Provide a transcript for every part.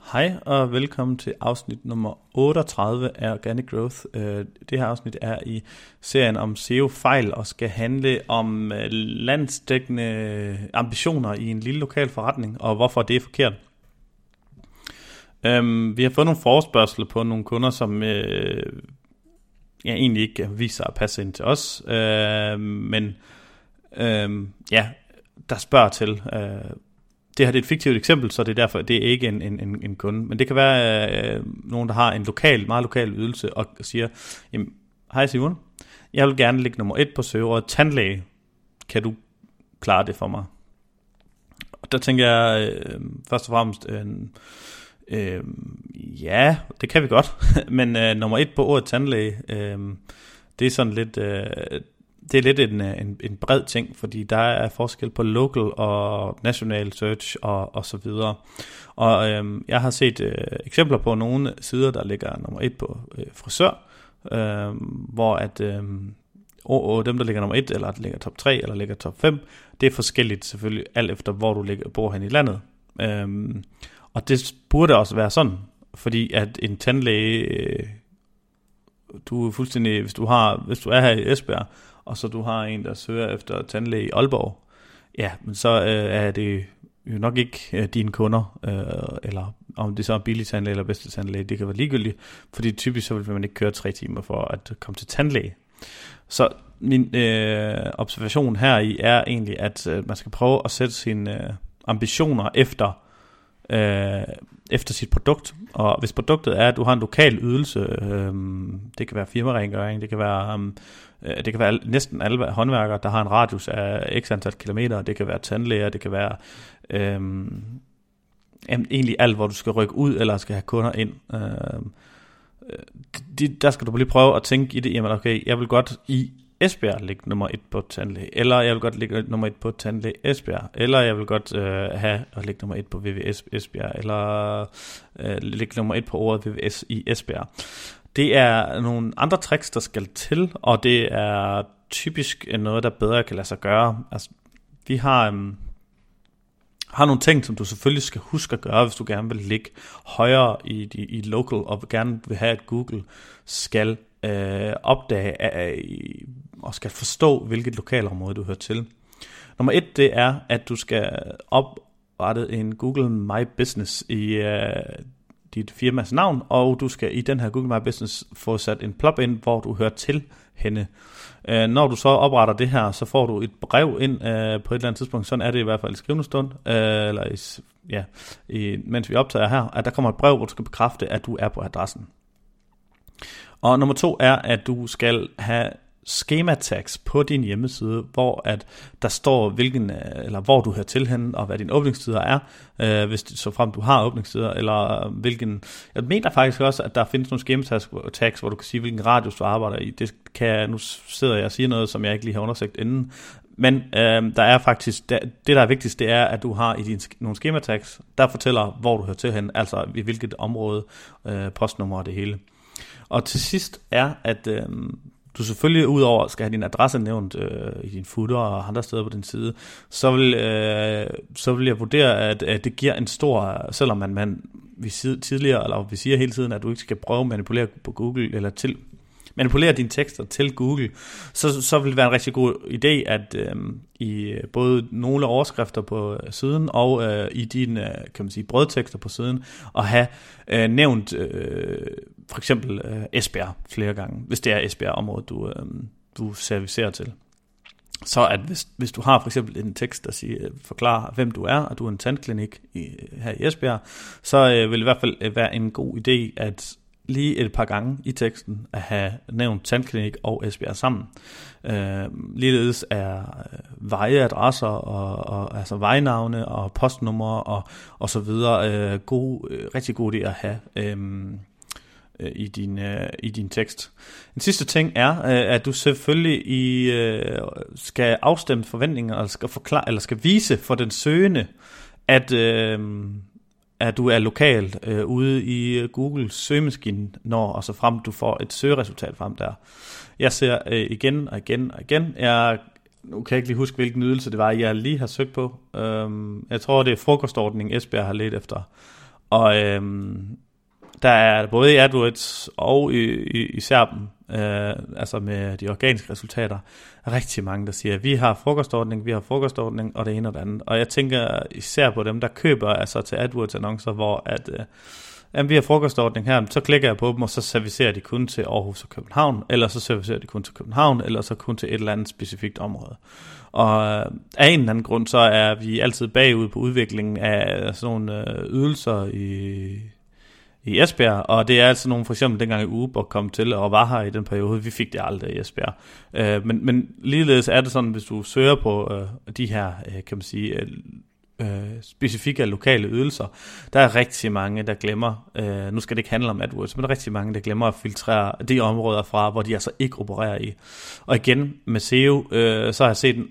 Hej og velkommen til afsnit nummer 38 af Organic Growth. Det her afsnit er i serien om SEO-fejl og skal handle om landsdækkende ambitioner i en lille lokal forretning og hvorfor det er forkert. Vi har fået nogle forespørgsler på nogle kunder, som egentlig ikke viser at passe ind til os, men der spørger til... Det her det er et fiktivt eksempel, så det er derfor, det er ikke en kunde. Men det kan være nogen, der har en meget lokal ydelse og siger, jamen, hej Simon, jeg vil gerne ligge nummer 1 på søgeordet tandlæge. Kan du klare det for mig? Og der tænker jeg først og fremmest, ja, det kan vi godt. Men nummer 1 på ordet tandlæge, det er sådan lidt... Det er lidt en bred ting, fordi der er forskel på local og national search og så videre. Og jeg har set eksempler på nogle sider, der ligger nummer 1 på frisør, hvor at dem, der ligger nummer 1, eller der ligger top 3, eller ligger top 5, det er forskelligt selvfølgelig, alt efter hvor du bor hen i landet. Og det burde også være sådan, fordi at en tandlæge, du er fuldstændig, hvis du er her i Esbjerg, og så du har en, der søger efter tandlæge i Aalborg, ja, men så er det jo nok ikke dine kunder, eller om det så er billig tandlæge eller bedste tandlæge, det kan være ligegyldigt, fordi typisk så vil man ikke køre 3 timer for at komme til tandlæge. Så min observation her i er egentlig, at man skal prøve at sætte sine ambitioner efter sit produkt. Og hvis produktet er, at du har en lokal ydelse, det kan være firmarengøring, det kan være næsten alle håndværkere, der har en radius af x antal kilometer, det kan være tandlæger, det kan være egentlig alt, hvor du skal rykke ud, eller skal have kunder ind. Der skal du lige prøve at tænke i det, jamen okay, jeg vil godt i Esbjerg ligge nummer 1 på tandlæge, eller jeg vil godt ligge nummer 1 på tandlæge Esbjerg, eller jeg vil godt have at ligge nummer 1 på VVS Esbjerg, eller ligge nummer 1 på ordet VVS i Esbjerg. Det er nogle andre tricks, der skal til, og det er typisk noget, der bedre kan lade sig gøre. Altså, vi har nogle ting, som du selvfølgelig skal huske at gøre, hvis du gerne vil ligge højere i local, og gerne vil have, at Google skal opdage og skal forstå, hvilket lokalområde du hører til. Nummer 1, det er, at du skal oprette en Google My Business i dit firmas navn, og du skal i den her Google My Business få sat en plugin, hvor du hører til henne. Når du så opretter det her, så får du et brev ind på et eller andet tidspunkt, sådan er det i hvert fald i skrivende stund, mens vi optager her, at der kommer et brev, hvor du skal bekræfte, at du er på adressen. Og nummer 2 er, at du skal have schema tags på din hjemmeside, hvor at der står hvor du hører til henne, og hvad dine åbningstider er, hvis så frem du har åbningstider, eller hvilken. Jeg mener faktisk også, at der findes nogle schema tags, hvor du kan sige, hvilken radius du arbejder i. Det kan, nu sidder jeg og siger noget, som jeg ikke lige har undersøgt inden. Men der er faktisk, det der er vigtigst, det er, at du har i nogle schema tags, der fortæller, hvor du hører til henne, altså i hvilket område, postnummer og det hele. Og til sidst er, at du selvfølgelig udover skal have din adresse nævnt i din footer og andre steder på din side, så vil jeg vurdere, at det giver en stor, selvom man vi siger hele tiden, at du ikke skal prøve at manipulere på Google eller manipulere dine tekster til Google, så vil det være en rigtig god idé, at i både nogle overskrifter på siden og i dine kan man sige brødtekster på siden, at have nævnt for eksempel Esbjerg flere gange, hvis det er Esbjerg-området, du servicerer til. Så at hvis du har for eksempel en tekst, der forklarer, hvem du er, og du er en tandklinik her i Esbjerg, så vil det i hvert fald være en god idé, at lige et par gange i teksten at have nævnt tandklinik og Esbjerg sammen. Ligeledes er vejeadresser og altså vejnavne og postnumre og så videre rigtig gode idé at have i din tekst. En sidste ting er, at du selvfølgelig skal afstemme forventninger, eller skal forklare, eller skal vise for den søgende, at du er lokalt ude i Googles søgemaskine, når og så frem du får et søgeresultat frem der. Jeg ser igen og igen. Nu kan jeg ikke lige huske, hvilken ydelse det var, jeg lige har søgt på. Jeg tror, det er frokostordning, Esbjerg har let efter. Og der er både i AdWords og i SERP'en, altså med de organiske resultater, rigtig mange, der siger, at vi har frokostordning, og det ene og det andet. Og jeg tænker især på dem, der køber altså til AdWords-annoncer, hvor at vi har frokostordning her, så klikker jeg på dem, og så servicerer de kun til Aarhus og København, eller så servicerer de kun til København, eller så kun til et eller andet specifikt område. Og af en eller anden grund, så er vi altid bagud på udviklingen af sådan nogle ydelser i Esbjerg, og det er altså nogle, for eksempel dengang Uber kom til og var her i den periode, vi fik det aldrig i Esbjerg. Men ligeledes er det sådan, hvis du søger på de her, kan man sige, specifikke lokale ydelser, der er rigtig mange, der glemmer, nu skal det ikke handle om AdWords, men der er rigtig mange, der glemmer at filtrere de områder fra, hvor de altså ikke opererer i. Og igen, med SEO, så har jeg set,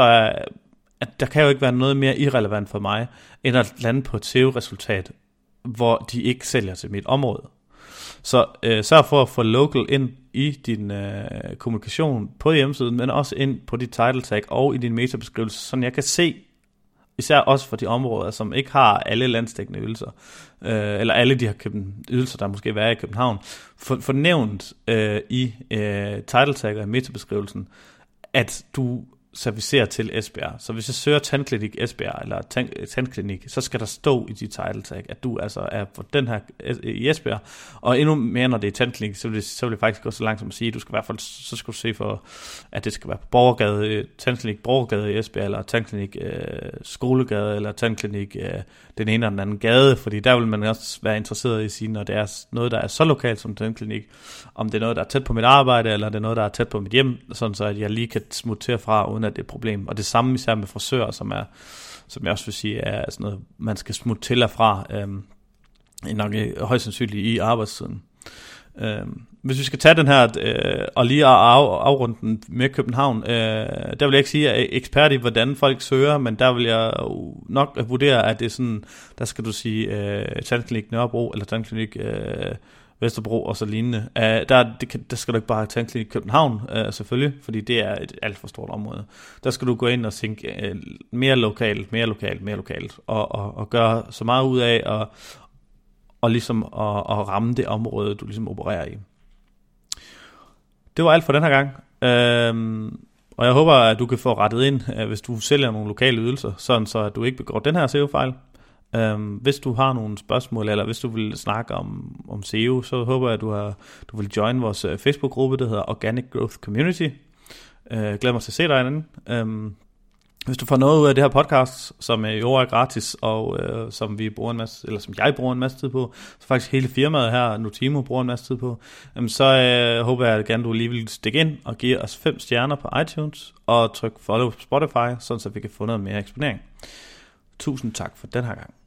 at der kan jo ikke være noget mere irrelevant for mig, end at lande på et SEO-resultat, hvor de ikke sælger til mit område. Så sørg for at få local ind i din kommunikation på hjemmesiden, men også ind på dit title tag og i din metabeskrivelse, så jeg kan se, især også for de områder, som ikke har alle landsdækkende ydelser, eller alle de her ydelser, der måske er i København, for nævnt i title tag og i metabeskrivelsen, at du servicerer til Esbjerg. Så hvis jeg søger tandklinik Esbjerg eller tandklinik, så skal der stå i dit title tag, at du altså er for den her i Esbjerg. Og endnu mere, når det er tandklinik, så vil det faktisk gå så langt som at sige, at du skal i hvert fald, så skal du se for, at det skal være på Borgergade, tandklinik Borgergade i Esbjerg, eller tandklinik Skolegade, eller tandklinik den ene eller den anden gade, fordi der vil man også være interesseret i at sige, når det er noget, der er så lokalt som tandklinik, om det er noget, der er tæt på mit arbejde, eller det er noget, der er tæt på mit hjem, sådan så at jeg lige kan smutte fra, uden at det er et problem. Og det samme især med frisører, som jeg også vil sige, er sådan noget, man skal smutte til og fra, nok højst sandsynligt i arbejdstiden. Hvis vi skal tage den her og lige afrunde den med København, der vil jeg ikke sige, at jeg er ekspert i, hvordan folk søger, men der vil jeg nok vurdere, at det er sådan, der skal du sige tandklinik Nørrebro, eller tandklinik Vesterbro og så lignende. Der skal du ikke bare have tandklinik København, selvfølgelig, fordi det er et alt for stort område. Der skal du gå ind og tænke mere lokalt, og gøre så meget ud af og ligesom at ramme det område, du ligesom opererer i. Det var alt for den her gang. Og jeg håber, at du kan få rettet ind, hvis du sælger nogle lokale ydelser, sådan så at du ikke begår den her SEO-fejl. Hvis du har nogle spørgsmål, eller hvis du vil snakke om SEO, så håber jeg, at du vil join vores Facebook-gruppe, der hedder Organic Growth Community. Glæder mig til at se dig derinde. Hvis du får noget ud af det her podcast, som jo er gratis, og som vi bruger en masse, eller som jeg bruger en masse tid på, så faktisk hele firmaet her, Notimo, bruger en masse tid på, så håber jeg at gerne, du lige vil stikke ind og give os 5 stjerner på iTunes, og tryk follow på Spotify, sådan så vi kan få noget mere eksponering. Tusind tak for den her gang.